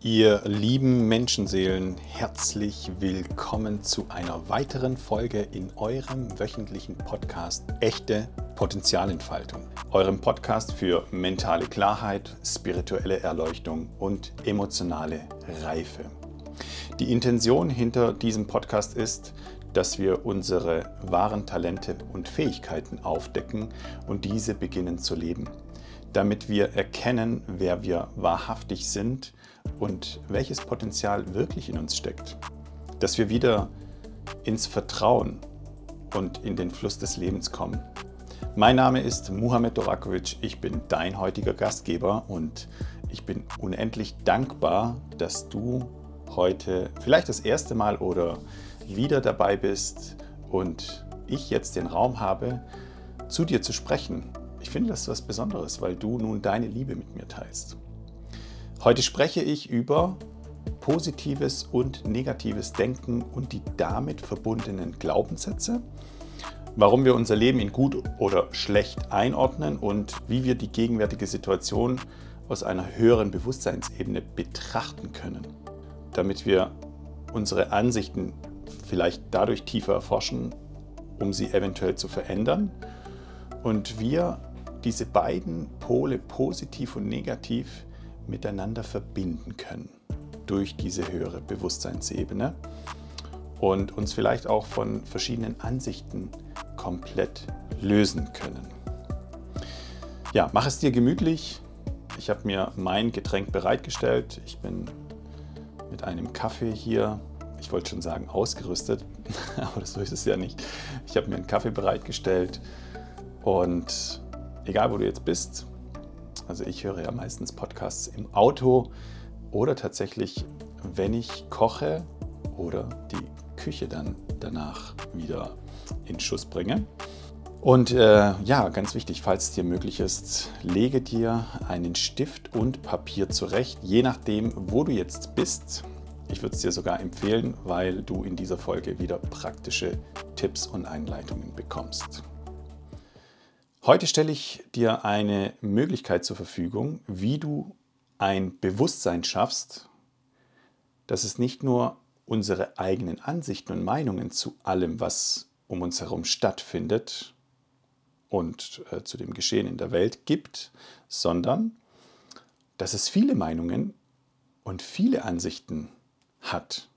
Ihr lieben Menschenseelen, herzlich willkommen zu einer weiteren Folge in eurem wöchentlichen Podcast Echte Potenzialentfaltung. Eurem Podcast für mentale Klarheit, spirituelle Erleuchtung und emotionale Reife. Die Intention hinter diesem Podcast ist, dass wir unsere wahren Talente und Fähigkeiten aufdecken und diese beginnen zu leben, damit wir erkennen, wer wir wahrhaftig sind und welches Potenzial wirklich in uns steckt. Dass wir wieder ins Vertrauen und in den Fluss des Lebens kommen. Mein Name ist Muhammad Dorakovic, ich bin dein heutiger Gastgeber und ich bin unendlich dankbar, dass du heute vielleicht das erste Mal oder wieder dabei bist und ich jetzt den Raum habe, zu dir zu sprechen. Ich finde das was Besonderes, weil du nun deine Liebe mit mir teilst. Heute spreche ich über positives und negatives Denken und die damit verbundenen Glaubenssätze, warum wir unser Leben in gut oder schlecht einordnen und wie wir die gegenwärtige Situation aus einer höheren Bewusstseinsebene betrachten können, damit wir unsere Ansichten vielleicht dadurch tiefer erforschen, um sie eventuell zu verändern und wir diese beiden Pole, positiv und negativ, miteinander verbinden können durch diese höhere Bewusstseinsebene und uns vielleicht auch von verschiedenen Ansichten komplett lösen können. Ja, mach es dir gemütlich. Ich habe mir mein Getränk bereitgestellt. Ich bin mit einem Kaffee hier, ich wollte schon sagen ausgerüstet, aber so ist es ja nicht. Ich habe mir einen Kaffee bereitgestellt und egal wo du jetzt bist, also ich höre ja meistens Podcasts im Auto oder tatsächlich, wenn ich koche oder die Küche dann danach wieder in Schuss bringe. Und ja, ganz wichtig, falls es dir möglich ist, lege dir einen Stift und Papier zurecht, je nachdem, wo du jetzt bist. Ich würde es dir sogar empfehlen, weil du in dieser Folge wieder praktische Tipps und Einleitungen bekommst. Heute stelle ich dir eine Möglichkeit zur Verfügung, wie du ein Bewusstsein schaffst, dass es nicht nur unsere eigenen Ansichten und Meinungen zu allem, was um uns herum stattfindet und zu dem Geschehen in der Welt gibt, sondern dass es viele Meinungen und viele Ansichten hat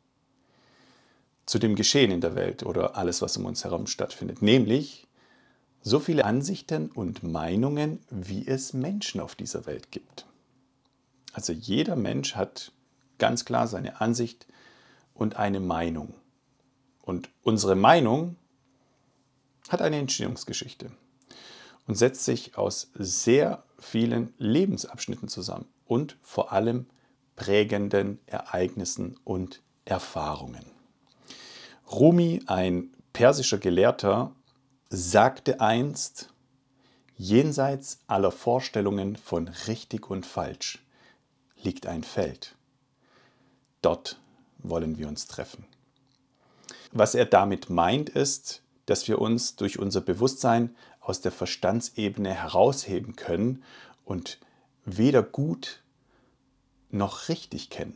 zu dem Geschehen in der Welt oder alles, was um uns herum stattfindet, nämlich so viele Ansichten und Meinungen, wie es Menschen auf dieser Welt gibt. Also jeder Mensch hat ganz klar seine Ansicht und eine Meinung. Und unsere Meinung hat eine Entstehungsgeschichte und setzt sich aus sehr vielen Lebensabschnitten zusammen und vor allem prägenden Ereignissen und Erfahrungen. Rumi, ein persischer Gelehrter, sagte einst, jenseits aller Vorstellungen von richtig und falsch liegt ein Feld. Dort wollen wir uns treffen. Was er damit meint ist, dass wir uns durch unser Bewusstsein aus der Verstandsebene herausheben können und weder gut noch richtig kennen.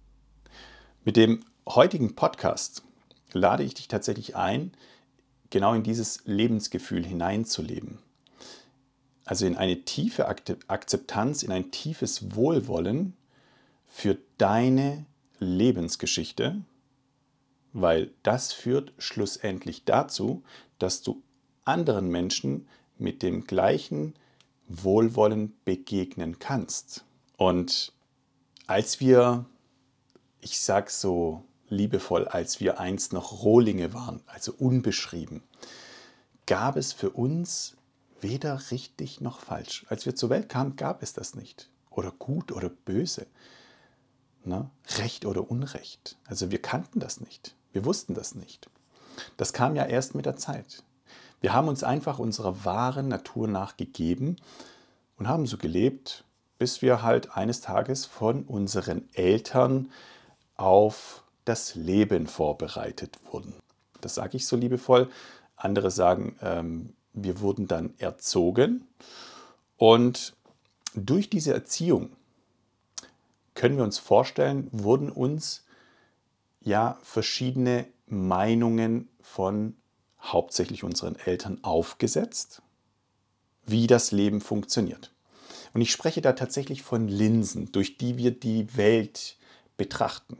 Mit dem heutigen Podcast lade ich dich tatsächlich ein, genau in dieses Lebensgefühl hineinzuleben. Also in eine tiefe Akzeptanz, in ein tiefes Wohlwollen für deine Lebensgeschichte, weil das führt schlussendlich dazu, dass du anderen Menschen mit dem gleichen Wohlwollen begegnen kannst. Und als wir, ich sage so liebevoll, als wir einst noch Rohlinge waren, also unbeschrieben, gab es für uns weder richtig noch falsch. Als wir zur Welt kamen, gab es das nicht. Oder gut oder böse. Ne? Recht oder Unrecht. Also wir kannten das nicht. Wir wussten das nicht. Das kam ja erst mit der Zeit. Wir haben uns einfach unserer wahren Natur nach gegeben und haben so gelebt, bis wir halt eines Tages von unseren Eltern auf das Leben vorbereitet wurden. Das sage ich so liebevoll. Andere sagen, wir wurden dann erzogen und durch diese Erziehung können wir uns vorstellen, wurden uns ja verschiedene Meinungen von hauptsächlich unseren Eltern aufgesetzt, wie das Leben funktioniert. Und ich spreche da tatsächlich von Linsen, durch die wir die Welt betrachten.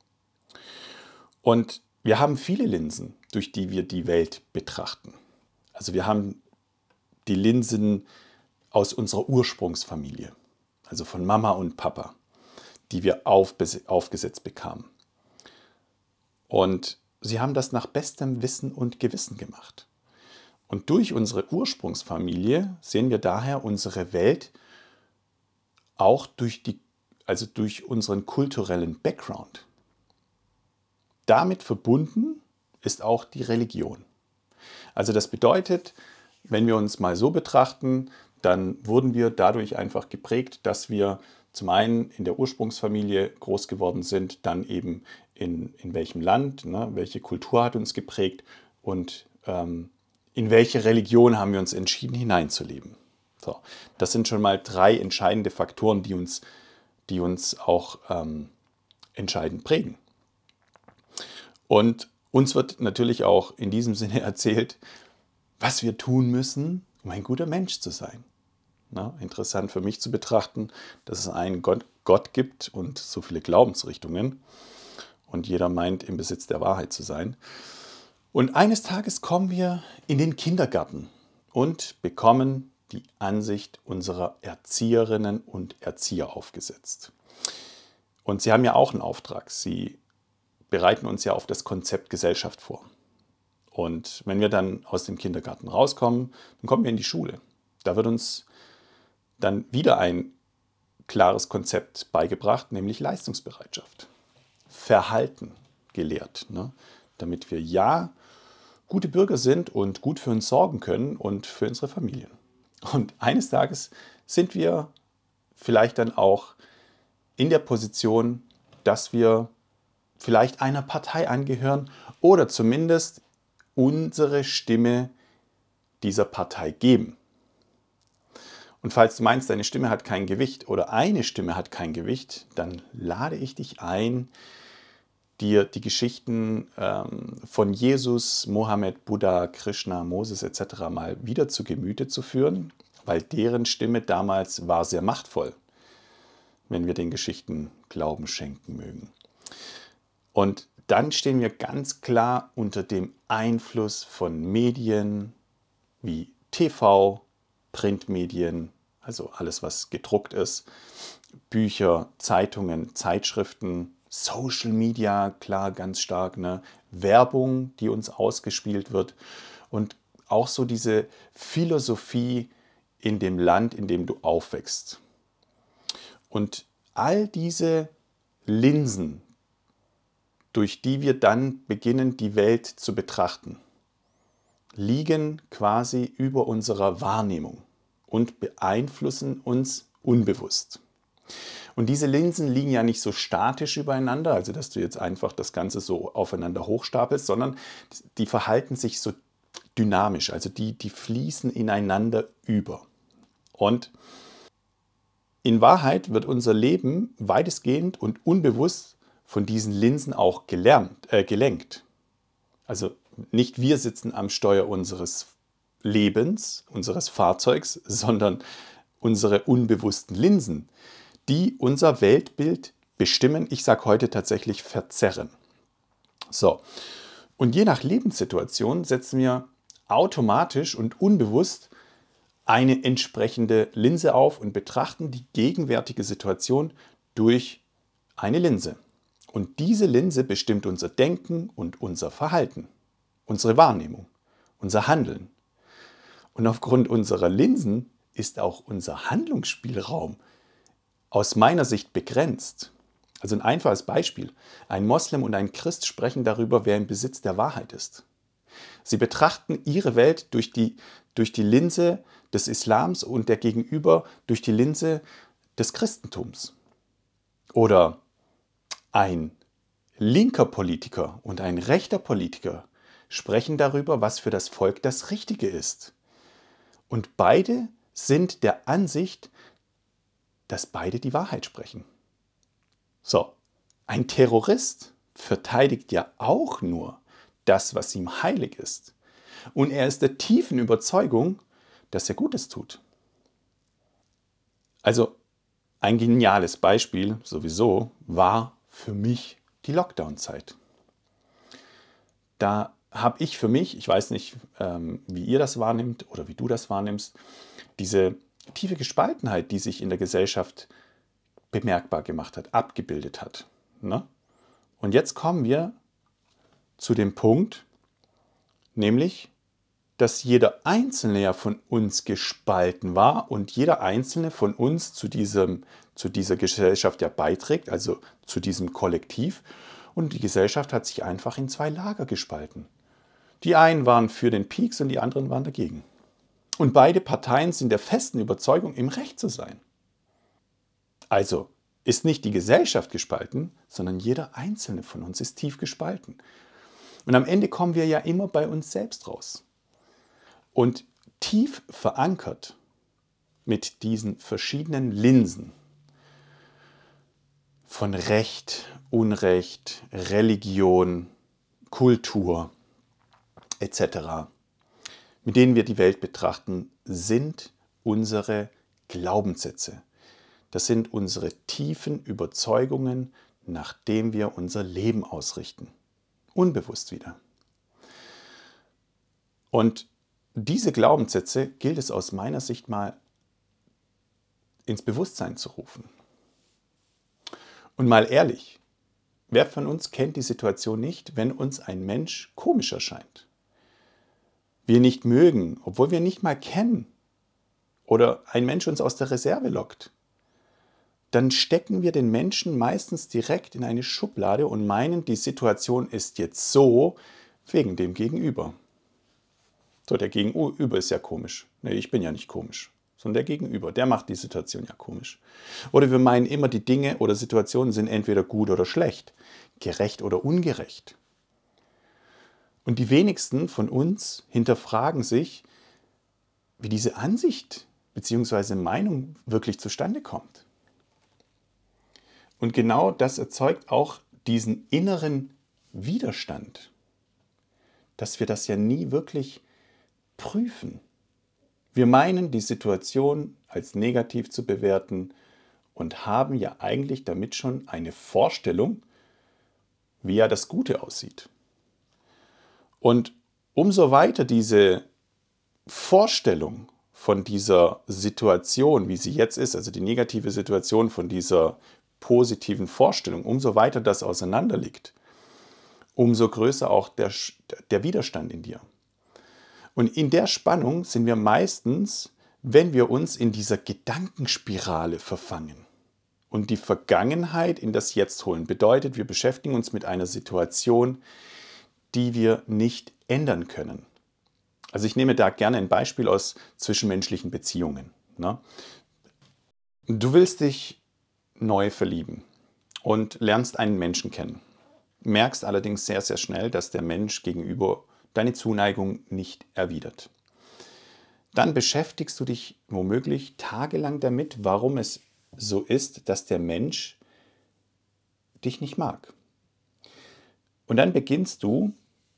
Und wir haben viele Linsen, durch die wir die Welt betrachten. Also wir haben die Linsen aus unserer Ursprungsfamilie, also von Mama und Papa, die wir aufgesetzt bekamen. Und sie haben das nach bestem Wissen und Gewissen gemacht. Und durch unsere Ursprungsfamilie sehen wir daher unsere Welt auch durch unseren kulturellen Background. Damit verbunden ist auch die Religion. Also das bedeutet, wenn wir uns mal so betrachten, dann wurden wir dadurch einfach geprägt, dass wir zum einen in der Ursprungsfamilie groß geworden sind, dann eben in welchem Land, ne, welche Kultur hat uns geprägt und in welche Religion haben wir uns entschieden hineinzuleben. So, das sind schon mal 3 entscheidende Faktoren, die uns auch entscheidend prägen. Und uns wird natürlich auch in diesem Sinne erzählt, was wir tun müssen, um ein guter Mensch zu sein. Na, interessant für mich zu betrachten, dass es einen Gott gibt und so viele Glaubensrichtungen und jeder meint, im Besitz der Wahrheit zu sein. Und eines Tages kommen wir in den Kindergarten und bekommen die Ansicht unserer Erzieherinnen und Erzieher aufgesetzt. Und sie haben ja auch einen Auftrag. Sie bereiten uns ja auf das Konzept Gesellschaft vor. Und wenn wir dann aus dem Kindergarten rauskommen, dann kommen wir in die Schule. Da wird uns dann wieder ein klares Konzept beigebracht, nämlich Leistungsbereitschaft. Verhalten gelehrt, ne? Damit wir ja gute Bürger sind und gut für uns sorgen können und für unsere Familien. Und eines Tages sind wir vielleicht dann auch in der Position, dass wir vielleicht einer Partei angehören oder zumindest unsere Stimme dieser Partei geben. Und falls du meinst, deine Stimme hat kein Gewicht oder eine Stimme hat kein Gewicht, dann lade ich dich ein, dir die Geschichten von Jesus, Mohammed, Buddha, Krishna, Moses etc. mal wieder zu Gemüte zu führen, weil deren Stimme damals war sehr machtvoll, wenn wir den Geschichten Glauben schenken mögen. Und dann stehen wir ganz klar unter dem Einfluss von Medien wie TV, Printmedien, also alles, was gedruckt ist, Bücher, Zeitungen, Zeitschriften, Social Media, klar, ganz stark, ne? Werbung, die uns ausgespielt wird und auch so diese Philosophie in dem Land, in dem du aufwächst. Und all diese Linsen, durch die wir dann beginnen, die Welt zu betrachten, liegen quasi über unserer Wahrnehmung und beeinflussen uns unbewusst. Und diese Linsen liegen ja nicht so statisch übereinander, also dass du jetzt einfach das Ganze so aufeinander hochstapelst, sondern die verhalten sich so dynamisch, also die fließen ineinander über. Und in Wahrheit wird unser Leben weitestgehend und unbewusst von diesen Linsen auch gelenkt. Also nicht wir sitzen am Steuer unseres Lebens, unseres Fahrzeugs, sondern unsere unbewussten Linsen, die unser Weltbild bestimmen, ich sage heute tatsächlich verzerren. So, und je nach Lebenssituation setzen wir automatisch und unbewusst eine entsprechende Linse auf und betrachten die gegenwärtige Situation durch eine Linse. Und diese Linse bestimmt unser Denken und unser Verhalten, unsere Wahrnehmung, unser Handeln. Und aufgrund unserer Linsen ist auch unser Handlungsspielraum aus meiner Sicht begrenzt. Also ein einfaches Beispiel. Ein Moslem und ein Christ sprechen darüber, wer im Besitz der Wahrheit ist. Sie betrachten ihre Welt durch die Linse des Islams und der Gegenüber durch die Linse des Christentums. Oder ein linker Politiker und ein rechter Politiker sprechen darüber, was für das Volk das Richtige ist. Und beide sind der Ansicht, dass beide die Wahrheit sprechen. So, ein Terrorist verteidigt ja auch nur das, was ihm heilig ist. Und er ist der tiefen Überzeugung, dass er Gutes tut. Also ein geniales Beispiel sowieso war für mich die Lockdown-Zeit. Da habe ich für mich, ich weiß nicht, wie ihr das wahrnimmt oder wie du das wahrnimmst, diese tiefe Gespaltenheit, die sich in der Gesellschaft bemerkbar gemacht hat, abgebildet hat. Ne? Und jetzt kommen wir zu dem Punkt, nämlich, dass jeder Einzelne ja von uns gespalten war und jeder Einzelne von uns zu dieser Gesellschaft ja beiträgt, also zu diesem Kollektiv. Und die Gesellschaft hat sich einfach in zwei Lager gespalten. Die einen waren für den Peaks und die anderen waren dagegen. Und beide Parteien sind der festen Überzeugung, im Recht zu sein. Also ist nicht die Gesellschaft gespalten, sondern jeder Einzelne von uns ist tief gespalten. Und am Ende kommen wir ja immer bei uns selbst raus. Und tief verankert mit diesen verschiedenen Linsen von Recht, Unrecht, Religion, Kultur etc., mit denen wir die Welt betrachten, sind unsere Glaubenssätze. Das sind unsere tiefen Überzeugungen, nach denen wir unser Leben ausrichten. Unbewusst wieder. Und diese Glaubenssätze gilt es aus meiner Sicht mal ins Bewusstsein zu rufen. Und mal ehrlich, wer von uns kennt die Situation nicht, wenn uns ein Mensch komisch erscheint? Wir nicht mögen, obwohl wir nicht mal kennen, oder ein Mensch uns aus der Reserve lockt, dann stecken wir den Menschen meistens direkt in eine Schublade und meinen, die Situation ist jetzt so wegen dem Gegenüber. So, der Gegenüber ist ja komisch. Nee, ich bin ja nicht komisch, sondern der Gegenüber, der macht die Situation ja komisch. Oder wir meinen immer, die Dinge oder Situationen sind entweder gut oder schlecht, gerecht oder ungerecht. Und die wenigsten von uns hinterfragen sich, wie diese Ansicht bzw. Meinung wirklich zustande kommt. Und genau das erzeugt auch diesen inneren Widerstand, dass wir das ja nie wirklich prüfen. Wir meinen, die Situation als negativ zu bewerten und haben ja eigentlich damit schon eine Vorstellung, wie ja das Gute aussieht. Und umso weiter diese Vorstellung von dieser Situation, wie sie jetzt ist, also die negative Situation von dieser positiven Vorstellung, umso weiter das auseinander liegt, umso größer auch der Widerstand in dir. Und in der Spannung sind wir meistens, wenn wir uns in dieser Gedankenspirale verfangen und die Vergangenheit in das Jetzt holen. Bedeutet, wir beschäftigen uns mit einer Situation, die wir nicht ändern können. Also ich nehme da gerne ein Beispiel aus zwischenmenschlichen Beziehungen. Ne? Du willst dich neu verlieben und lernst einen Menschen kennen. Merkst allerdings sehr, sehr schnell, dass der Mensch gegenüber deine Zuneigung nicht erwidert. Dann beschäftigst du dich womöglich tagelang damit, warum es so ist, dass der Mensch dich nicht mag. Und dann beginnst du,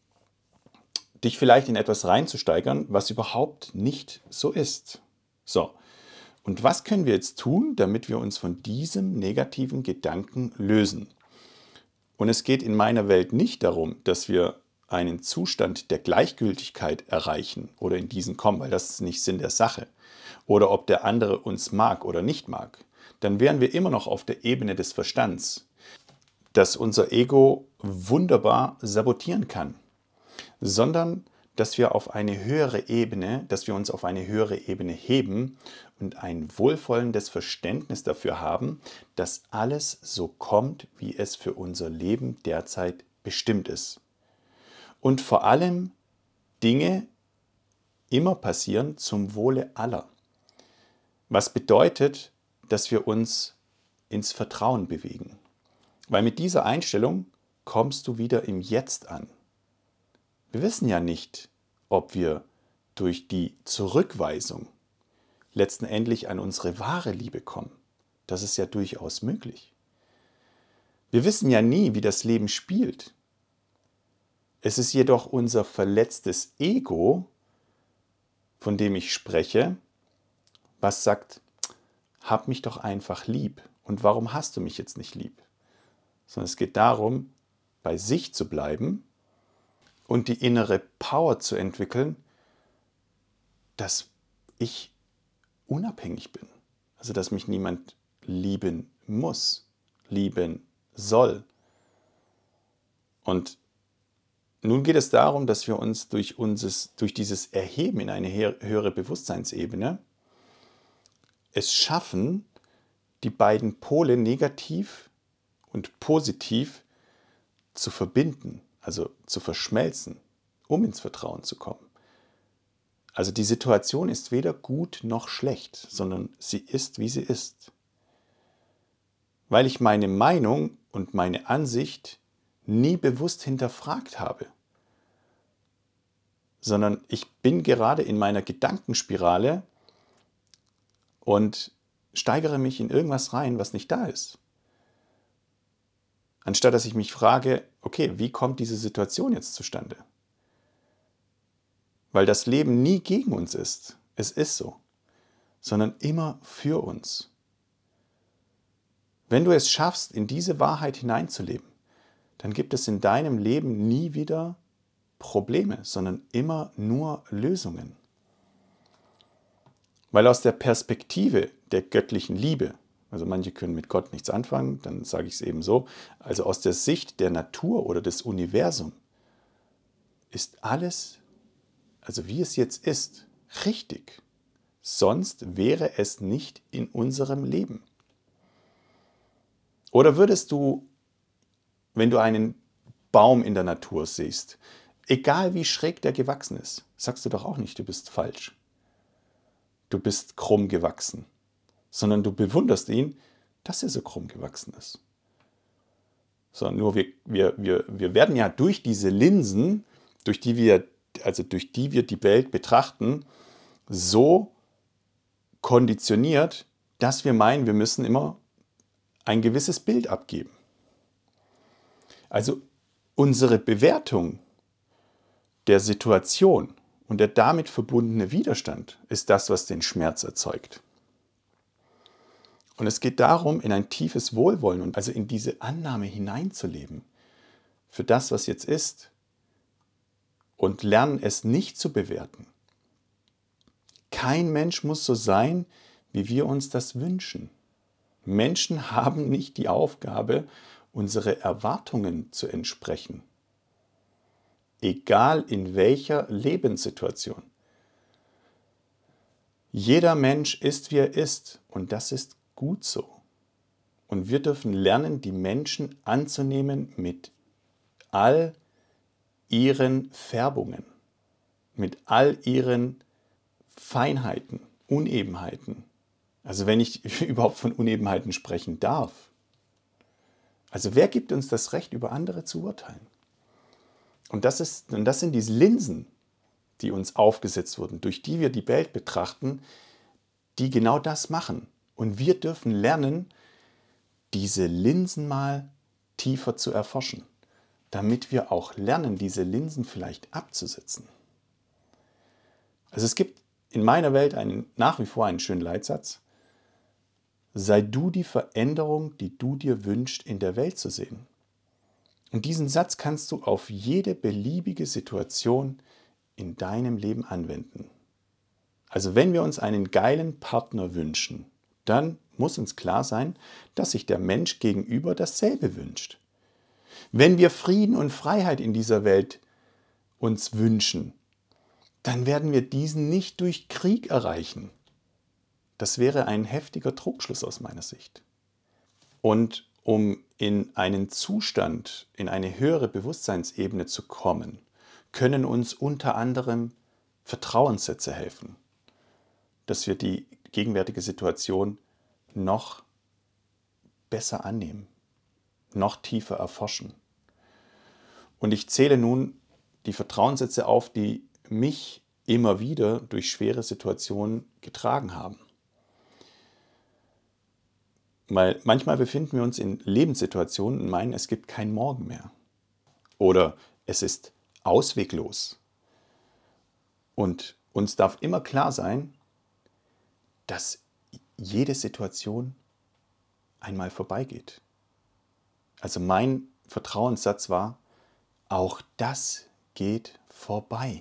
dich vielleicht in etwas reinzusteigern, was überhaupt nicht so ist. So, und was können wir jetzt tun, damit wir uns von diesem negativen Gedanken lösen? Und es geht in meiner Welt nicht darum, dass wir einen Zustand der Gleichgültigkeit erreichen oder in diesen kommen, weil das ist nicht Sinn der Sache. Oder ob der andere uns mag oder nicht mag. Dann wären wir immer noch auf der Ebene des Verstands, das unser Ego wunderbar sabotieren kann. Sondern dass wir uns auf eine höhere Ebene heben und ein wohlwollendes Verständnis dafür haben, dass alles so kommt, wie es für unser Leben derzeit bestimmt ist. Und vor allem Dinge immer passieren zum Wohle aller. Was bedeutet, dass wir uns ins Vertrauen bewegen. Weil mit dieser Einstellung kommst du wieder im Jetzt an. Wir wissen ja nicht, ob wir durch die Zurückweisung letztendlich an unsere wahre Liebe kommen. Das ist ja durchaus möglich. Wir wissen ja nie, wie das Leben spielt. Es ist jedoch unser verletztes Ego, von dem ich spreche, was sagt, hab mich doch einfach lieb. Und warum hast du mich jetzt nicht lieb? Sondern es geht darum, bei sich zu bleiben und die innere Power zu entwickeln, dass ich unabhängig bin. Also dass mich niemand lieben muss, lieben soll. Und nun geht es darum, dass wir uns durch dieses Erheben in eine höhere Bewusstseinsebene es schaffen, die beiden Pole negativ und positiv zu verbinden, also zu verschmelzen, um ins Vertrauen zu kommen. Also die Situation ist weder gut noch schlecht, sondern sie ist, wie sie ist. Weil ich meine Meinung und meine Ansicht nie bewusst hinterfragt habe, sondern ich bin gerade in meiner Gedankenspirale und steigere mich in irgendwas rein, was nicht da ist. Anstatt dass ich mich frage, okay, wie kommt diese Situation jetzt zustande? Weil das Leben nie gegen uns ist, es ist so, sondern immer für uns. Wenn du es schaffst, in diese Wahrheit hineinzuleben, dann gibt es in deinem Leben nie wieder Probleme, sondern immer nur Lösungen. Weil aus der Perspektive der göttlichen Liebe, also manche können mit Gott nichts anfangen, dann sage ich es eben so, also aus der Sicht der Natur oder des Universums ist alles, also wie es jetzt ist, richtig. Sonst wäre es nicht in unserem Leben. Oder würdest du, wenn du einen Baum in der Natur siehst, egal wie schräg der gewachsen ist, sagst du doch auch nicht, du bist falsch. Du bist krumm gewachsen, sondern du bewunderst ihn, dass er so krumm gewachsen ist. Sondern nur wir werden ja durch diese Linsen, durch die wir die Welt betrachten, so konditioniert, dass wir meinen, wir müssen immer ein gewisses Bild abgeben. Also unsere Bewertung der Situation und der damit verbundene Widerstand ist das, was den Schmerz erzeugt. Und es geht darum, in ein tiefes Wohlwollen und also in diese Annahme hineinzuleben für das, was jetzt ist und lernen, es nicht zu bewerten. Kein Mensch muss so sein, wie wir uns das wünschen. Menschen haben nicht die Aufgabe, unsere Erwartungen zu entsprechen. Egal in welcher Lebenssituation. Jeder Mensch ist, wie er ist, und das ist gut so. Und wir dürfen lernen, die Menschen anzunehmen mit all ihren Färbungen, mit all ihren Feinheiten, Unebenheiten. Also wenn ich überhaupt von Unebenheiten sprechen darf. Also wer gibt uns das Recht, über andere zu urteilen? Und das sind diese Linsen, die uns aufgesetzt wurden, durch die wir die Welt betrachten, die genau das machen. Und wir dürfen lernen, diese Linsen mal tiefer zu erforschen, damit wir auch lernen, diese Linsen vielleicht abzusetzen. Also es gibt in meiner Welt nach wie vor einen schönen Leitsatz: Sei du die Veränderung, die du dir wünschst, in der Welt zu sehen. Und diesen Satz kannst du auf jede beliebige Situation in deinem Leben anwenden. Also wenn wir uns einen geilen Partner wünschen, dann muss uns klar sein, dass sich der Mensch gegenüber dasselbe wünscht. Wenn wir Frieden und Freiheit in dieser Welt uns wünschen, dann werden wir diesen nicht durch Krieg erreichen. Das wäre ein heftiger Trugschluss aus meiner Sicht. Und um in einen Zustand, in eine höhere Bewusstseinsebene zu kommen, können uns unter anderem Vertrauenssätze helfen, dass wir die gegenwärtige Situation noch besser annehmen, noch tiefer erforschen. Und ich zähle nun die Vertrauenssätze auf, die mich immer wieder durch schwere Situationen getragen haben. Weil manchmal befinden wir uns in Lebenssituationen und meinen, es gibt keinen Morgen mehr. Oder es ist ausweglos. Und uns darf immer klar sein, dass jede Situation einmal vorbeigeht. Also mein Vertrauenssatz war, auch das geht vorbei.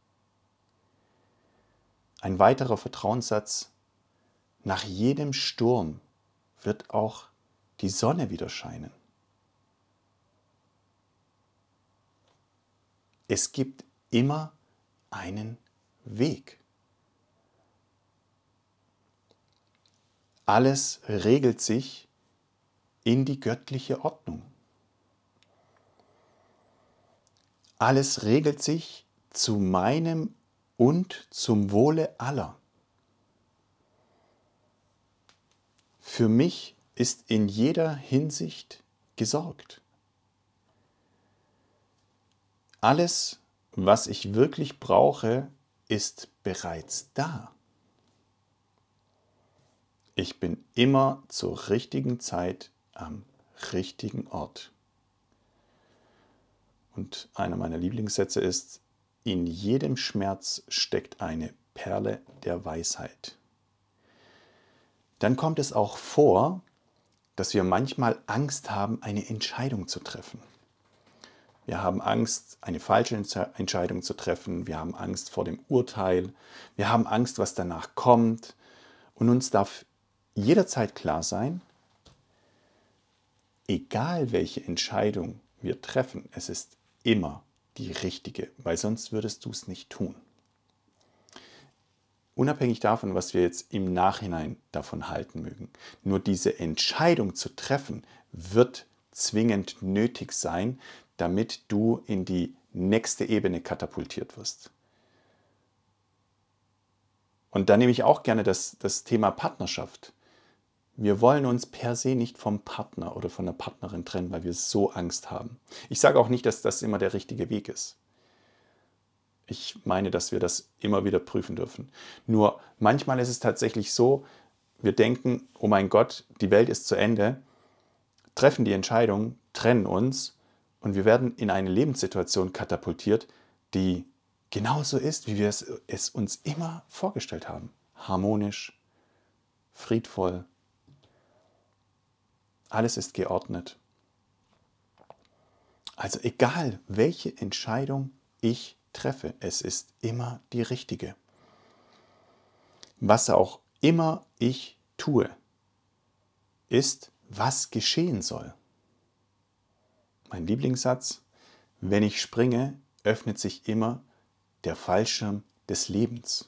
Ein weiterer Vertrauenssatz, nach jedem Sturm wird auch die Sonne wieder scheinen. Es gibt immer einen Weg. Alles regelt sich in die göttliche Ordnung. Alles regelt sich zu meinem und zum Wohle aller. Für mich ist in jeder Hinsicht gesorgt. Alles, was ich wirklich brauche, ist bereits da. Ich bin immer zur richtigen Zeit am richtigen Ort. Und einer meiner Lieblingssätze ist, in jedem Schmerz steckt eine Perle der Weisheit. Dann kommt es auch vor, dass wir manchmal Angst haben, eine Entscheidung zu treffen. Wir haben Angst, eine falsche Entscheidung zu treffen. Wir haben Angst vor dem Urteil. Wir haben Angst, was danach kommt. Und uns darf jederzeit klar sein, egal welche Entscheidung wir treffen, es ist immer die richtige, weil sonst würdest du es nicht tun. Unabhängig davon, was wir jetzt im Nachhinein davon halten mögen. Nur diese Entscheidung zu treffen, wird zwingend nötig sein, damit du in die nächste Ebene katapultiert wirst. Und da nehme ich auch gerne das Thema Partnerschaft. Wir wollen uns per se nicht vom Partner oder von der Partnerin trennen, weil wir so Angst haben. Ich sage auch nicht, dass das immer der richtige Weg ist. Ich meine, dass wir das immer wieder prüfen dürfen. Nur manchmal ist es tatsächlich so, wir denken, oh mein Gott, die Welt ist zu Ende, treffen die Entscheidung, trennen uns und wir werden in eine Lebenssituation katapultiert, die genauso ist, wie wir es uns immer vorgestellt haben. Harmonisch, friedvoll, alles ist geordnet. Also egal, welche Entscheidung ich treffe, es ist immer die richtige. Was auch immer ich tue, ist, was geschehen soll. Mein Lieblingssatz, wenn ich springe, öffnet sich immer der Fallschirm des Lebens.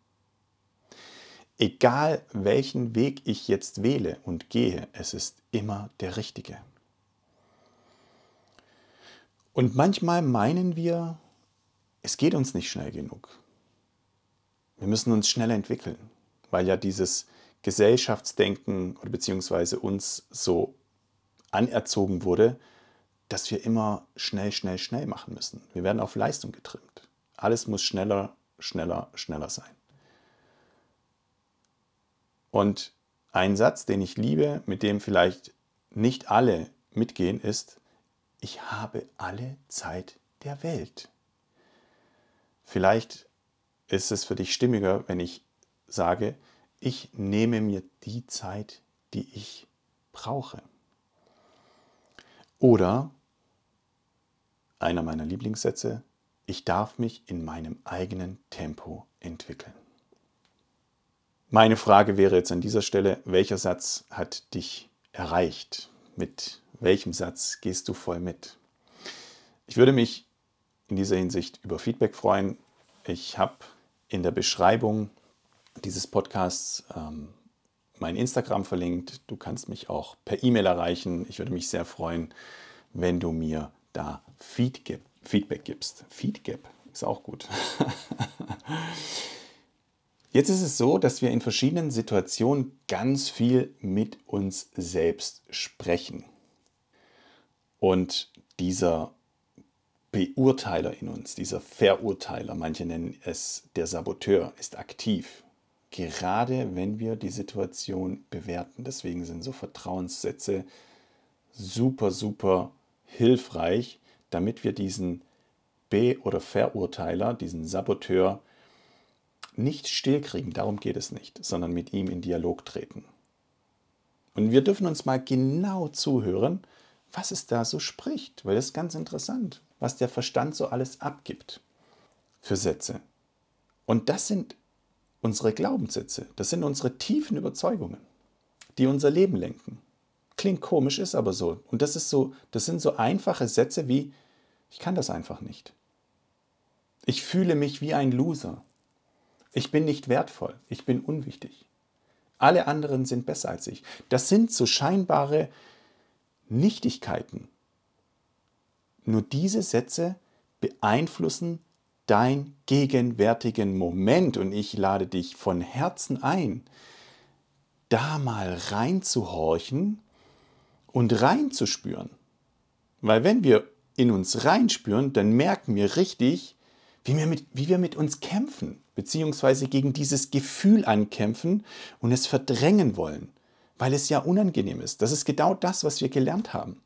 Egal welchen Weg ich jetzt wähle und gehe, es ist immer der richtige. Und manchmal meinen wir, es geht uns nicht schnell genug. Wir müssen uns schneller entwickeln, weil ja dieses Gesellschaftsdenken oder beziehungsweise uns so anerzogen wurde, dass wir immer schnell machen müssen. Wir werden auf Leistung getrimmt. Alles muss schneller sein. Und ein Satz, den ich liebe, mit dem vielleicht nicht alle mitgehen, ist, ich habe alle Zeit der Welt. Vielleicht ist es für dich stimmiger, wenn ich sage, ich nehme mir die Zeit, die ich brauche. Oder einer meiner Lieblingssätze, ich darf mich in meinem eigenen Tempo entwickeln. Meine Frage wäre jetzt an dieser Stelle, welcher Satz hat dich erreicht? Mit welchem Satz gehst du voll mit? Ich würde mich in dieser Hinsicht über Feedback freuen. Ich habe in der Beschreibung dieses Podcasts mein Instagram verlinkt. Du kannst mich auch per E-Mail erreichen. Ich würde mich sehr freuen, wenn du mir da Feedback gibst. Feedback ist auch gut. Jetzt ist es so, dass wir in verschiedenen Situationen ganz viel mit uns selbst sprechen. Und dieser Beurteiler in uns, dieser Verurteiler, manche nennen es der Saboteur, ist aktiv. gerade wenn wir die Situation bewerten. Deswegen sind so Vertrauenssätze super, super hilfreich, damit wir diesen oder Verurteiler, diesen Saboteur nicht stillkriegen. Darum geht es nicht, sondern mit ihm in Dialog treten. Und wir dürfen uns mal genau zuhören, was es da so spricht, weil das ist ganz interessant, was der Verstand so alles abgibt für Sätze. Und das sind unsere Glaubenssätze, das sind unsere tiefen Überzeugungen, die unser Leben lenken. Klingt komisch, ist aber so. Und das sind so einfache Sätze wie, ich kann das einfach nicht. Ich fühle mich wie ein Loser. Ich bin nicht wertvoll. Ich bin unwichtig. Alle anderen sind besser als ich. Das sind so scheinbare Nichtigkeiten. Nur diese Sätze beeinflussen deinen gegenwärtigen Moment. Und ich lade dich von Herzen ein, da mal reinzuhorchen und reinzuspüren. Weil wenn wir in uns reinspüren, dann merken wir richtig, wie wir mit uns kämpfen, beziehungsweise gegen dieses Gefühl ankämpfen und es verdrängen wollen, weil es ja unangenehm ist. Das ist genau das, was wir gelernt haben.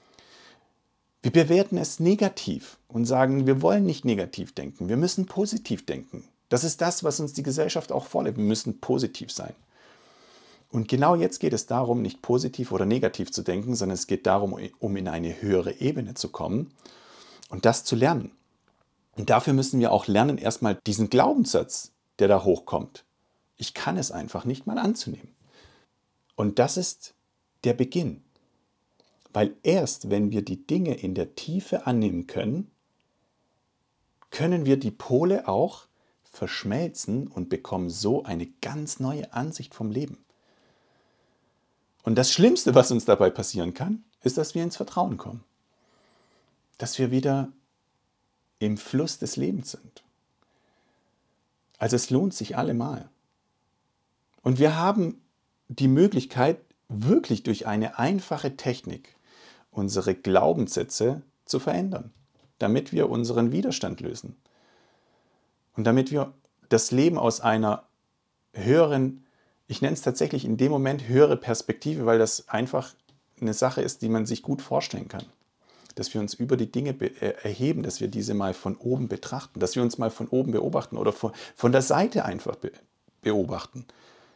Wir bewerten es negativ und sagen, wir wollen nicht negativ denken, wir müssen positiv denken. Das ist das, was uns die Gesellschaft auch vorlebt. Wir müssen positiv sein. Und genau jetzt geht es darum, nicht positiv oder negativ zu denken, sondern es geht darum, um in eine höhere Ebene zu kommen und das zu lernen. Und dafür müssen wir auch lernen, erstmal diesen Glaubenssatz, der da hochkommt. Ich kann es einfach nicht mal anzunehmen. Und das ist der Beginn. Weil erst wenn wir die Dinge in der Tiefe annehmen können, können wir die Pole auch verschmelzen und bekommen so eine ganz neue Ansicht vom Leben. Und das Schlimmste, was uns dabei passieren kann, ist, dass wir ins Vertrauen kommen. Dass wir wieder im Fluss des Lebens sind. Also es lohnt sich allemal. Und wir haben die Möglichkeit, wirklich durch eine einfache Technik unsere Glaubenssätze zu verändern, damit wir unseren Widerstand lösen. Und damit wir das Leben aus einer höheren, ich nenne es tatsächlich in dem Moment höhere Perspektive, weil das einfach eine Sache ist, die man sich gut vorstellen kann. Dass wir uns über die Dinge erheben, dass wir diese mal von oben betrachten, dass wir uns mal von oben beobachten oder von der Seite einfach beobachten.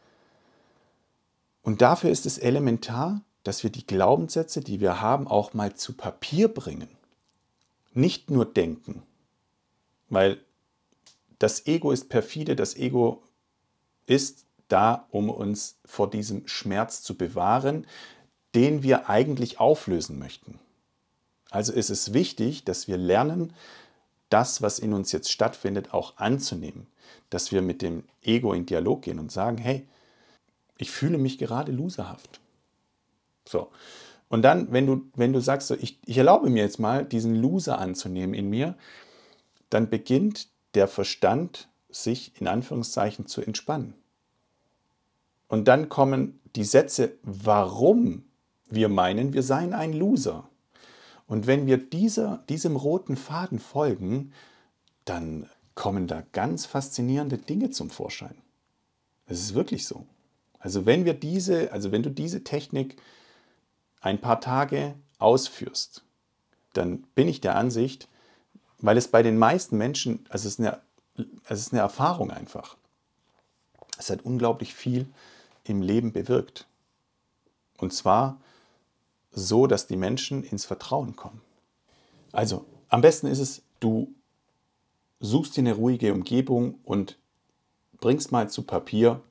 Und dafür ist es elementar, dass wir die Glaubenssätze, die wir haben, auch mal zu Papier bringen. Nicht nur denken, weil das Ego ist perfide, das Ego ist da, um uns vor diesem Schmerz zu bewahren, den wir eigentlich auflösen möchten. Also ist es wichtig, dass wir lernen, das, was in uns jetzt stattfindet, auch anzunehmen. Dass wir mit dem Ego in Dialog gehen und sagen, hey, ich fühle mich gerade loserhaft. So. Und dann, wenn du sagst, so, ich erlaube mir jetzt mal, diesen Loser anzunehmen in mir, dann beginnt der Verstand, sich in Anführungszeichen zu entspannen. Und dann kommen die Sätze, warum wir meinen, wir seien ein Loser. Und wenn wir diesem roten Faden folgen, dann kommen da ganz faszinierende Dinge zum Vorschein. Es ist wirklich so. Also wenn du diese Technik ein paar Tage ausführst, dann bin ich der Ansicht, weil es bei den meisten Menschen, es ist eine Erfahrung einfach. Es hat unglaublich viel im Leben bewirkt. Und zwar so, dass die Menschen ins Vertrauen kommen. Also, am besten ist es, du suchst dir eine ruhige Umgebung und bringst mal zu Papier,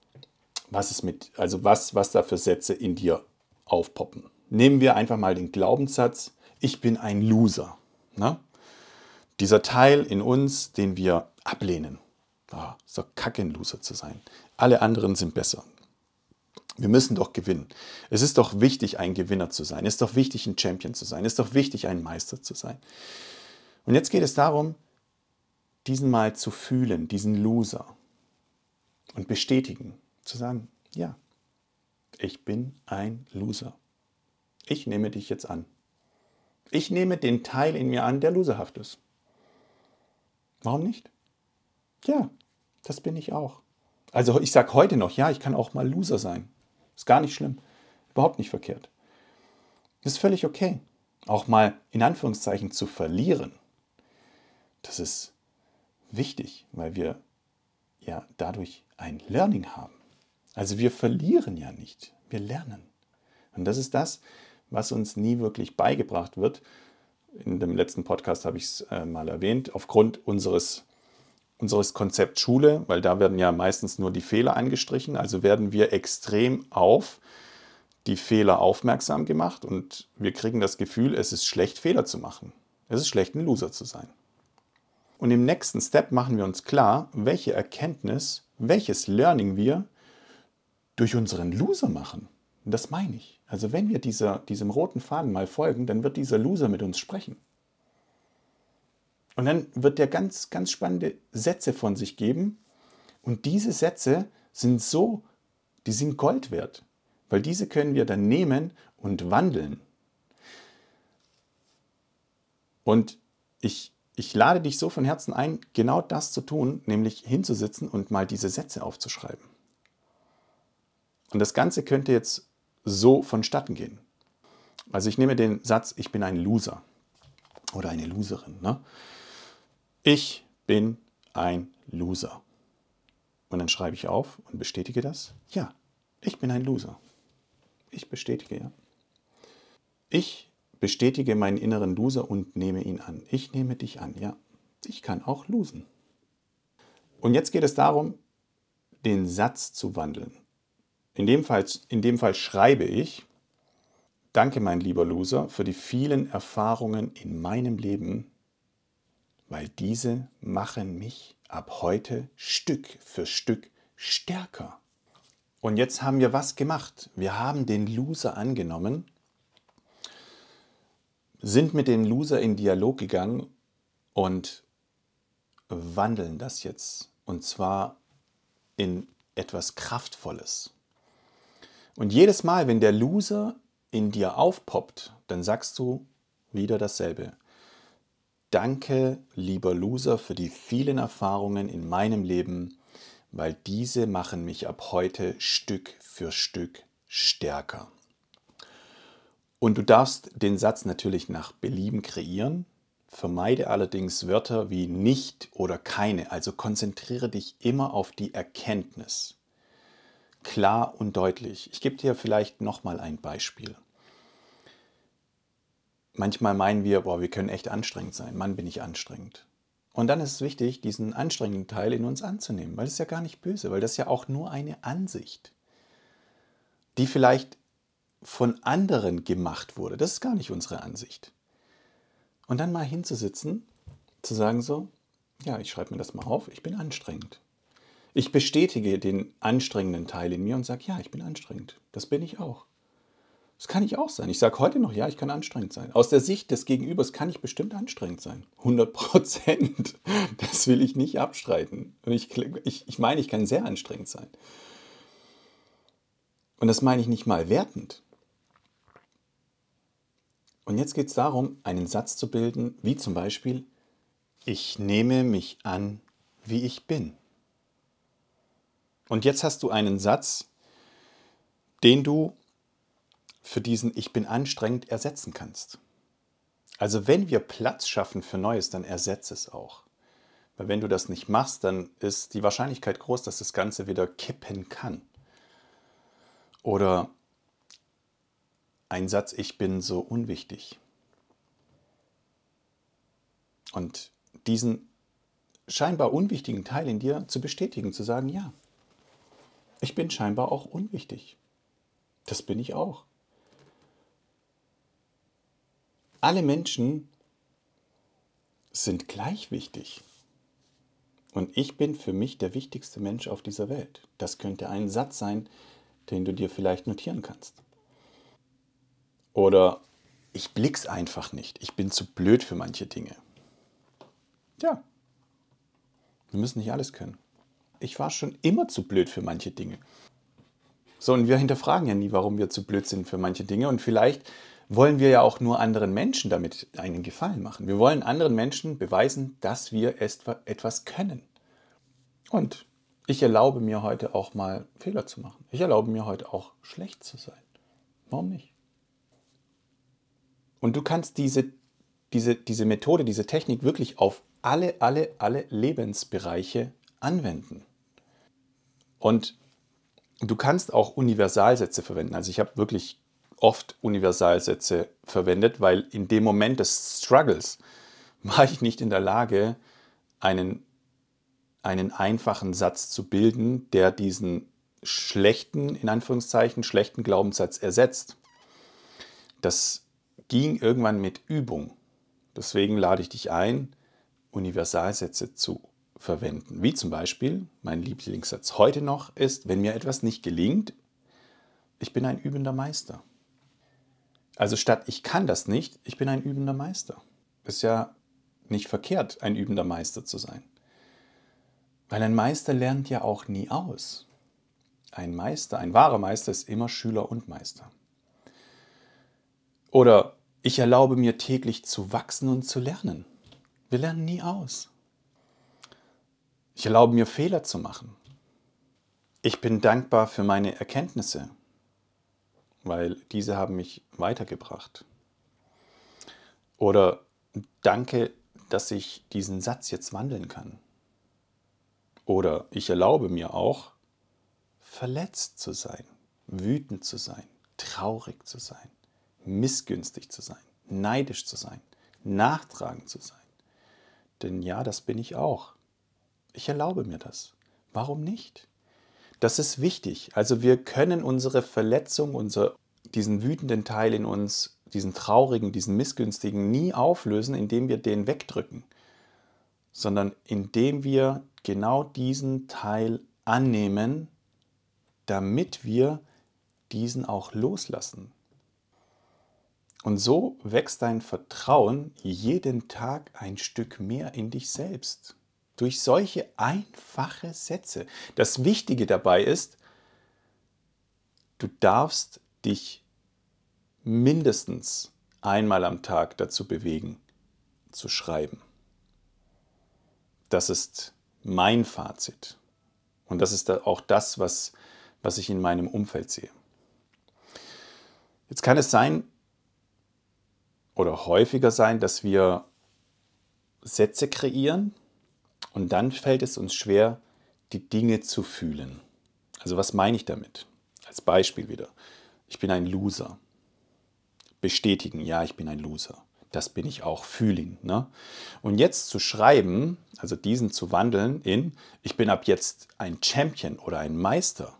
was da für Sätze in dir aufpoppen. Nehmen wir einfach mal den Glaubenssatz, ich bin ein Loser. Ne? Dieser Teil in uns, den wir ablehnen. Ist doch kacke, ein Loser zu sein. Alle anderen sind besser. Wir müssen doch gewinnen. Es ist doch wichtig, ein Gewinner zu sein. Es ist doch wichtig, ein Champion zu sein. Es ist doch wichtig, ein Meister zu sein. Und jetzt geht es darum, diesen mal zu fühlen, diesen Loser. Und bestätigen. Zu sagen, ja, ich bin ein Loser. Ich nehme dich jetzt an. Ich nehme den Teil in mir an, der loserhaft ist. Warum nicht? Ja, das bin ich auch. Also ich sage heute noch, ja, ich kann auch mal Loser sein. Ist gar nicht schlimm. Überhaupt nicht verkehrt. Ist völlig okay. Auch mal in Anführungszeichen zu verlieren. Das ist wichtig, weil wir ja dadurch ein Learning haben. Also wir verlieren ja nicht, wir lernen. Und das ist das, was uns nie wirklich beigebracht wird. In dem letzten Podcast habe ich es mal erwähnt, aufgrund unseres Konzepts Schule, weil da werden ja meistens nur die Fehler angestrichen, also werden wir extrem auf die Fehler aufmerksam gemacht und wir kriegen das Gefühl, es ist schlecht, Fehler zu machen. Es ist schlecht, ein Loser zu sein. Und im nächsten Step machen wir uns klar, welche Erkenntnis, welches Learning wir durch unseren Loser machen. Und das meine ich. Also wenn wir diesem roten Faden mal folgen, dann wird dieser Loser mit uns sprechen. Und dann wird der ganz, ganz spannende Sätze von sich geben. Und diese Sätze sind die sind Gold wert. Weil diese können wir dann nehmen und wandeln. Und ich lade dich so von Herzen ein, genau das zu tun, nämlich hinzusitzen und mal diese Sätze aufzuschreiben. Und das Ganze könnte jetzt so vonstatten gehen. Also ich nehme den Satz, ich bin ein Loser oder eine Loserin. Ne? Ich bin ein Loser. Und dann schreibe ich auf und bestätige das. Ja, ich bin ein Loser. Ich bestätige, ja. Ich bestätige meinen inneren Loser und nehme ihn an. Ich nehme dich an, ja. Ich kann auch losen. Und jetzt geht es darum, den Satz zu wandeln. In dem Fall schreibe ich, danke mein lieber Loser für die vielen Erfahrungen in meinem Leben, weil diese machen mich ab heute Stück für Stück stärker. Und jetzt haben wir was gemacht? Wir haben den Loser angenommen, sind mit dem Loser in Dialog gegangen und wandeln das jetzt. Und zwar in etwas Kraftvolles. Und jedes Mal, wenn der Loser in dir aufpoppt, dann sagst du wieder dasselbe. Danke, lieber Loser, für die vielen Erfahrungen in meinem Leben, weil diese machen mich ab heute Stück für Stück stärker. Und du darfst den Satz natürlich nach Belieben kreieren. Vermeide allerdings Wörter wie nicht oder keine. Also konzentriere dich immer auf die Erkenntnis. Klar und deutlich. Ich gebe dir vielleicht nochmal ein Beispiel. Manchmal meinen wir, wir können echt anstrengend sein. Mann, bin ich anstrengend. Und dann ist es wichtig, diesen anstrengenden Teil in uns anzunehmen, weil das ist ja gar nicht böse, weil das ist ja auch nur eine Ansicht, die vielleicht von anderen gemacht wurde. Das ist gar nicht unsere Ansicht. Und dann mal hinzusitzen, zu sagen so, ja, ich schreibe mir das mal auf, ich bin anstrengend. Ich bestätige den anstrengenden Teil in mir und sage, ja, ich bin anstrengend. Das bin ich auch. Das kann ich auch sein. Ich sage heute noch, ja, ich kann anstrengend sein. Aus der Sicht des Gegenübers kann ich bestimmt anstrengend sein. 100%. Das will ich nicht abstreiten. Und ich meine, ich kann sehr anstrengend sein. Und das meine ich nicht mal wertend. Und jetzt geht es darum, einen Satz zu bilden, wie zum Beispiel, ich nehme mich an, wie ich bin. Und jetzt hast du einen Satz, den du für diesen Ich bin anstrengend ersetzen kannst. Also wenn wir Platz schaffen für Neues, dann ersetze es auch. Weil wenn du das nicht machst, dann ist die Wahrscheinlichkeit groß, dass das Ganze wieder kippen kann. Oder ein Satz, ich bin so unwichtig. Und diesen scheinbar unwichtigen Teil in dir zu bestätigen, zu sagen, ja, ich bin scheinbar auch unwichtig. Das bin ich auch. Alle Menschen sind gleich wichtig. Und ich bin für mich der wichtigste Mensch auf dieser Welt. Das könnte ein Satz sein, den du dir vielleicht notieren kannst. Oder ich blick's einfach nicht. Ich bin zu blöd für manche Dinge. Ja, wir müssen nicht alles können. Ich war schon immer zu blöd für manche Dinge. So, und wir hinterfragen ja nie, warum wir zu blöd sind für manche Dinge. Und vielleicht wollen wir ja auch nur anderen Menschen damit einen Gefallen machen. Wir wollen anderen Menschen beweisen, dass wir etwas können. Und Ich erlaube mir heute auch mal Fehler zu machen. Ich erlaube mir heute auch schlecht zu sein. Warum nicht? Und du kannst diese Methode, diese Technik wirklich auf alle Lebensbereiche anwenden. Und du kannst auch Universalsätze verwenden. Also ich habe wirklich oft Universalsätze verwendet, weil in dem Moment des Struggles war ich nicht in der Lage, einen einfachen Satz zu bilden, der diesen schlechten, in Anführungszeichen, schlechten Glaubenssatz ersetzt. Das ging irgendwann mit Übung. Deswegen lade ich dich ein, Universalsätze zu verwenden. Wie zum Beispiel, mein Lieblingssatz heute noch ist, wenn mir etwas nicht gelingt, ich bin ein übender Meister. Also statt ich kann das nicht, ich bin ein übender Meister. Ist ja nicht verkehrt, ein übender Meister zu sein. Weil ein Meister lernt ja auch nie aus. Ein Meister, ein wahrer Meister ist immer Schüler und Meister. Oder ich erlaube mir täglich zu wachsen und zu lernen. Wir lernen nie aus. Ich erlaube mir Fehler zu machen. Ich bin dankbar für meine Erkenntnisse, weil diese haben mich weitergebracht. Oder danke, dass ich diesen Satz jetzt wandeln kann. Oder ich erlaube mir auch, verletzt zu sein, wütend zu sein, traurig zu sein, missgünstig zu sein, neidisch zu sein, nachtragend zu sein. Denn ja, das bin ich auch. Ich erlaube mir das. Warum nicht? Das ist wichtig. Also wir können unsere Verletzung, diesen wütenden Teil in uns, diesen traurigen, diesen missgünstigen nie auflösen, indem wir den wegdrücken, sondern indem wir genau diesen Teil annehmen, damit wir diesen auch loslassen. Und so wächst dein Vertrauen jeden Tag ein Stück mehr in dich selbst. Durch solche einfache Sätze. Das Wichtige dabei ist, du darfst dich mindestens einmal am Tag dazu bewegen, zu schreiben. Das ist mein Fazit. Und das ist auch das, was ich in meinem Umfeld sehe. Jetzt kann es sein oder häufiger sein, dass wir Sätze kreieren und dann fällt es uns schwer, die Dinge zu fühlen. Also was meine ich damit? Als Beispiel wieder. Ich bin ein Loser. Bestätigen, ja, ich bin ein Loser. Das bin ich auch. Fühlen. Ne? Und jetzt zu schreiben, also diesen zu wandeln in, ich bin ab jetzt ein Champion oder ein Meister.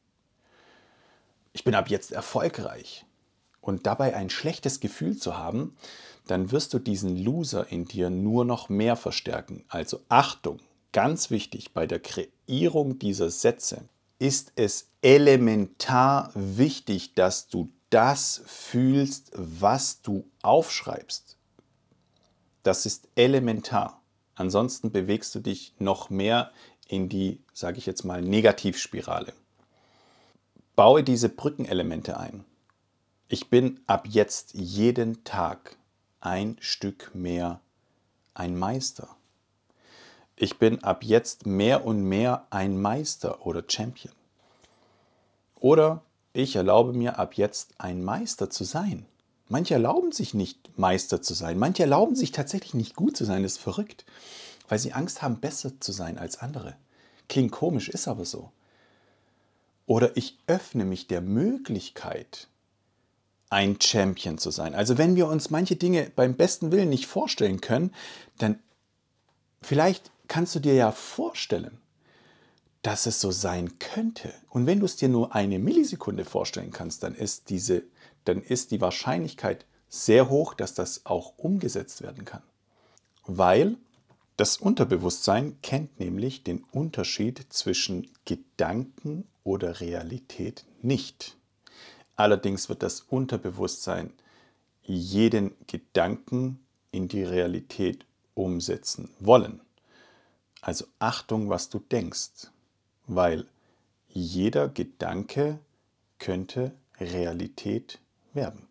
Ich bin ab jetzt erfolgreich. Und dabei ein schlechtes Gefühl zu haben, dann wirst du diesen Loser in dir nur noch mehr verstärken. Also Achtung, ganz wichtig, bei der Kreierung dieser Sätze ist es elementar wichtig, dass du das fühlst, was du aufschreibst. Das ist elementar. Ansonsten bewegst du dich noch mehr in die, sage ich jetzt mal, Negativspirale. Baue diese Brückenelemente ein. Ich bin ab jetzt jeden Tag ein Stück mehr ein Meister. Ich bin ab jetzt mehr und mehr ein Meister oder Champion. Oder ich erlaube mir ab jetzt ein Meister zu sein. Manche erlauben sich nicht Meister zu sein. Manche erlauben sich tatsächlich nicht gut zu sein. Das ist verrückt, weil sie Angst haben, besser zu sein als andere. Klingt komisch, ist aber so. Oder ich öffne mich der Möglichkeit, ein Champion zu sein. Also wenn wir uns manche Dinge beim besten Willen nicht vorstellen können, dann vielleicht kannst du dir ja vorstellen, dass es so sein könnte. Und wenn du es dir nur eine Millisekunde vorstellen kannst, dann ist die Wahrscheinlichkeit sehr hoch, dass das auch umgesetzt werden kann. Weil das Unterbewusstsein kennt nämlich den Unterschied zwischen Gedanken oder Realität nicht. Allerdings wird das Unterbewusstsein jeden Gedanken in die Realität umsetzen wollen. Also Achtung, was du denkst, weil jeder Gedanke könnte Realität werden.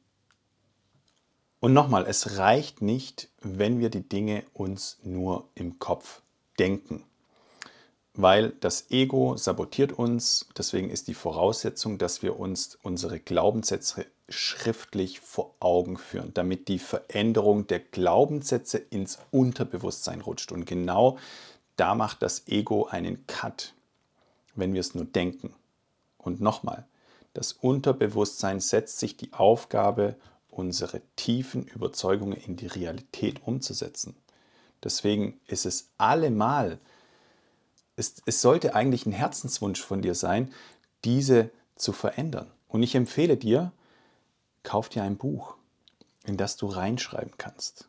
Und nochmal, es reicht nicht, wenn wir die Dinge uns nur im Kopf denken. Weil das Ego sabotiert uns. Deswegen ist die Voraussetzung, dass wir uns unsere Glaubenssätze schriftlich vor Augen führen, damit die Veränderung der Glaubenssätze ins Unterbewusstsein rutscht. Und genau da macht das Ego einen Cut, wenn wir es nur denken. Und nochmal, das Unterbewusstsein setzt sich die Aufgabe, unsere tiefen Überzeugungen in die Realität umzusetzen. Deswegen ist es allemal, es sollte eigentlich ein Herzenswunsch von dir sein, diese zu verändern. Und ich empfehle dir, kauf dir ein Buch, in das du reinschreiben kannst.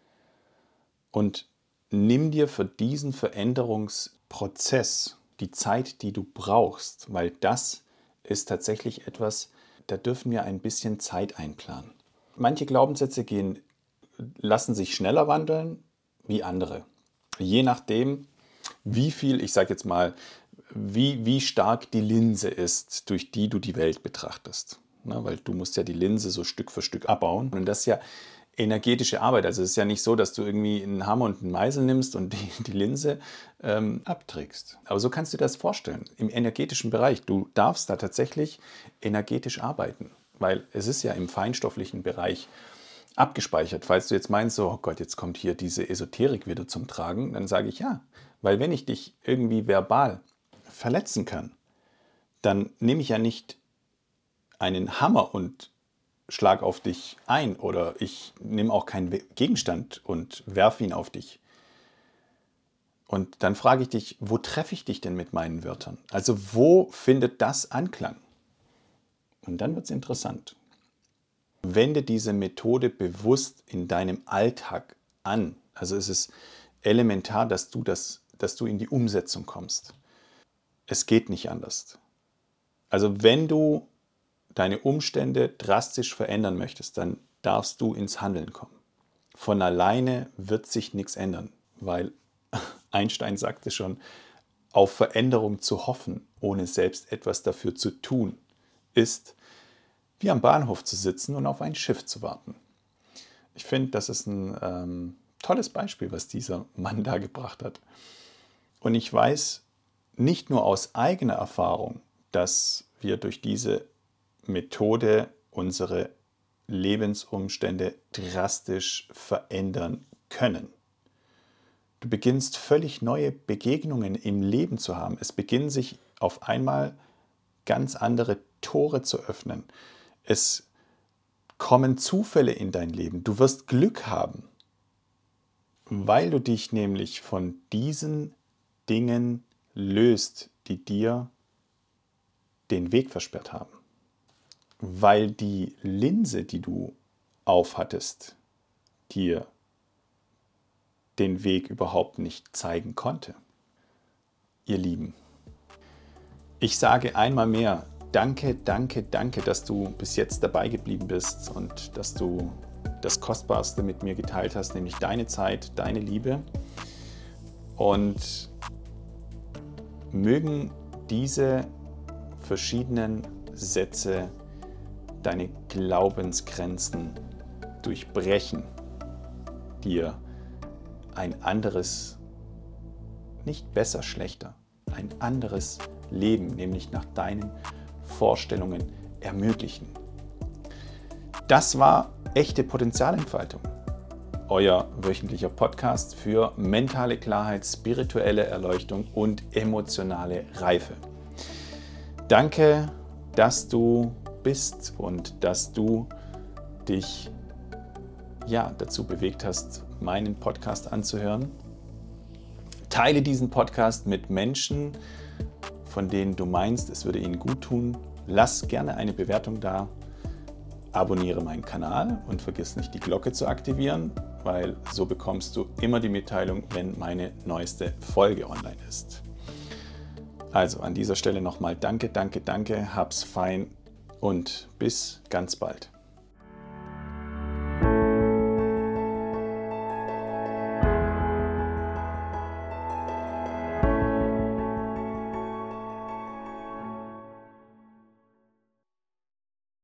Und nimm dir für diesen Veränderungsprozess die Zeit, die du brauchst, weil das ist tatsächlich etwas, da dürfen wir ein bisschen Zeit einplanen. Manche Glaubenssätze lassen sich schneller wandeln wie andere. Je nachdem, wie viel, ich sage jetzt mal, wie stark die Linse ist, durch die du die Welt betrachtest. Weil du musst ja die Linse so Stück für Stück abbauen. Und das ist ja energetische Arbeit. Also es ist ja nicht so, dass du irgendwie einen Hammer und einen Meißel nimmst und die Linse abträgst. Aber so kannst du dir das vorstellen. Im energetischen Bereich, du darfst da tatsächlich energetisch arbeiten. Weil es ist ja im feinstofflichen Bereich abgespeichert. Falls du jetzt meinst, so, oh Gott, jetzt kommt hier diese Esoterik wieder zum Tragen, dann sage ich ja. Weil wenn ich dich irgendwie verbal verletzen kann, dann nehme ich ja nicht einen Hammer und schlag auf dich ein oder ich nehme auch keinen Gegenstand und werfe ihn auf dich. Und dann frage ich dich, wo treffe ich dich denn mit meinen Wörtern? Also wo findet das Anklang? Und dann wird es interessant. Wende diese Methode bewusst in deinem Alltag an. Also es ist elementar, dass du in die Umsetzung kommst. Es geht nicht anders. Also wenn du deine Umstände drastisch verändern möchtest, dann darfst du ins Handeln kommen. Von alleine wird sich nichts ändern, weil Einstein sagte schon, auf Veränderung zu hoffen, ohne selbst etwas dafür zu tun, ist wie am Bahnhof zu sitzen und auf ein Schiff zu warten. Ich finde, das ist ein tolles Beispiel, was dieser Mann da gebracht hat. Und ich weiß nicht nur aus eigener Erfahrung, dass wir durch diese Methode unsere Lebensumstände drastisch verändern können. Du beginnst völlig neue Begegnungen im Leben zu haben. Es beginnen sich auf einmal ganz andere Tore zu öffnen. Es kommen Zufälle in dein Leben. Du wirst Glück haben, weil du dich nämlich von diesen Dingen löst, die dir den Weg versperrt haben. Weil die Linse, die du aufhattest, dir den Weg überhaupt nicht zeigen konnte. Ihr Lieben, ich sage einmal mehr, danke, danke, danke, dass du bis jetzt dabei geblieben bist und dass du das Kostbarste mit mir geteilt hast, nämlich deine Zeit, deine Liebe. Und mögen diese verschiedenen Sätze deine Glaubensgrenzen durchbrechen, dir ein anderes, nicht besser, schlechter, ein anderes Leben, nämlich nach deinen Vorstellungen ermöglichen. Das war echte Potenzialentfaltung, euer wöchentlicher Podcast für mentale Klarheit, spirituelle Erleuchtung und emotionale Reife. Danke, dass du bist und dass du dich dazu bewegt hast, meinen Podcast anzuhören. Teile diesen Podcast mit Menschen, von denen du meinst, es würde ihnen gut tun. Lass gerne eine Bewertung da. Abonniere meinen Kanal und vergiss nicht, die Glocke zu aktivieren, weil so bekommst du immer die Mitteilung, wenn meine neueste Folge online ist. Also an dieser Stelle nochmal danke, danke, danke, hab's fein und bis ganz bald.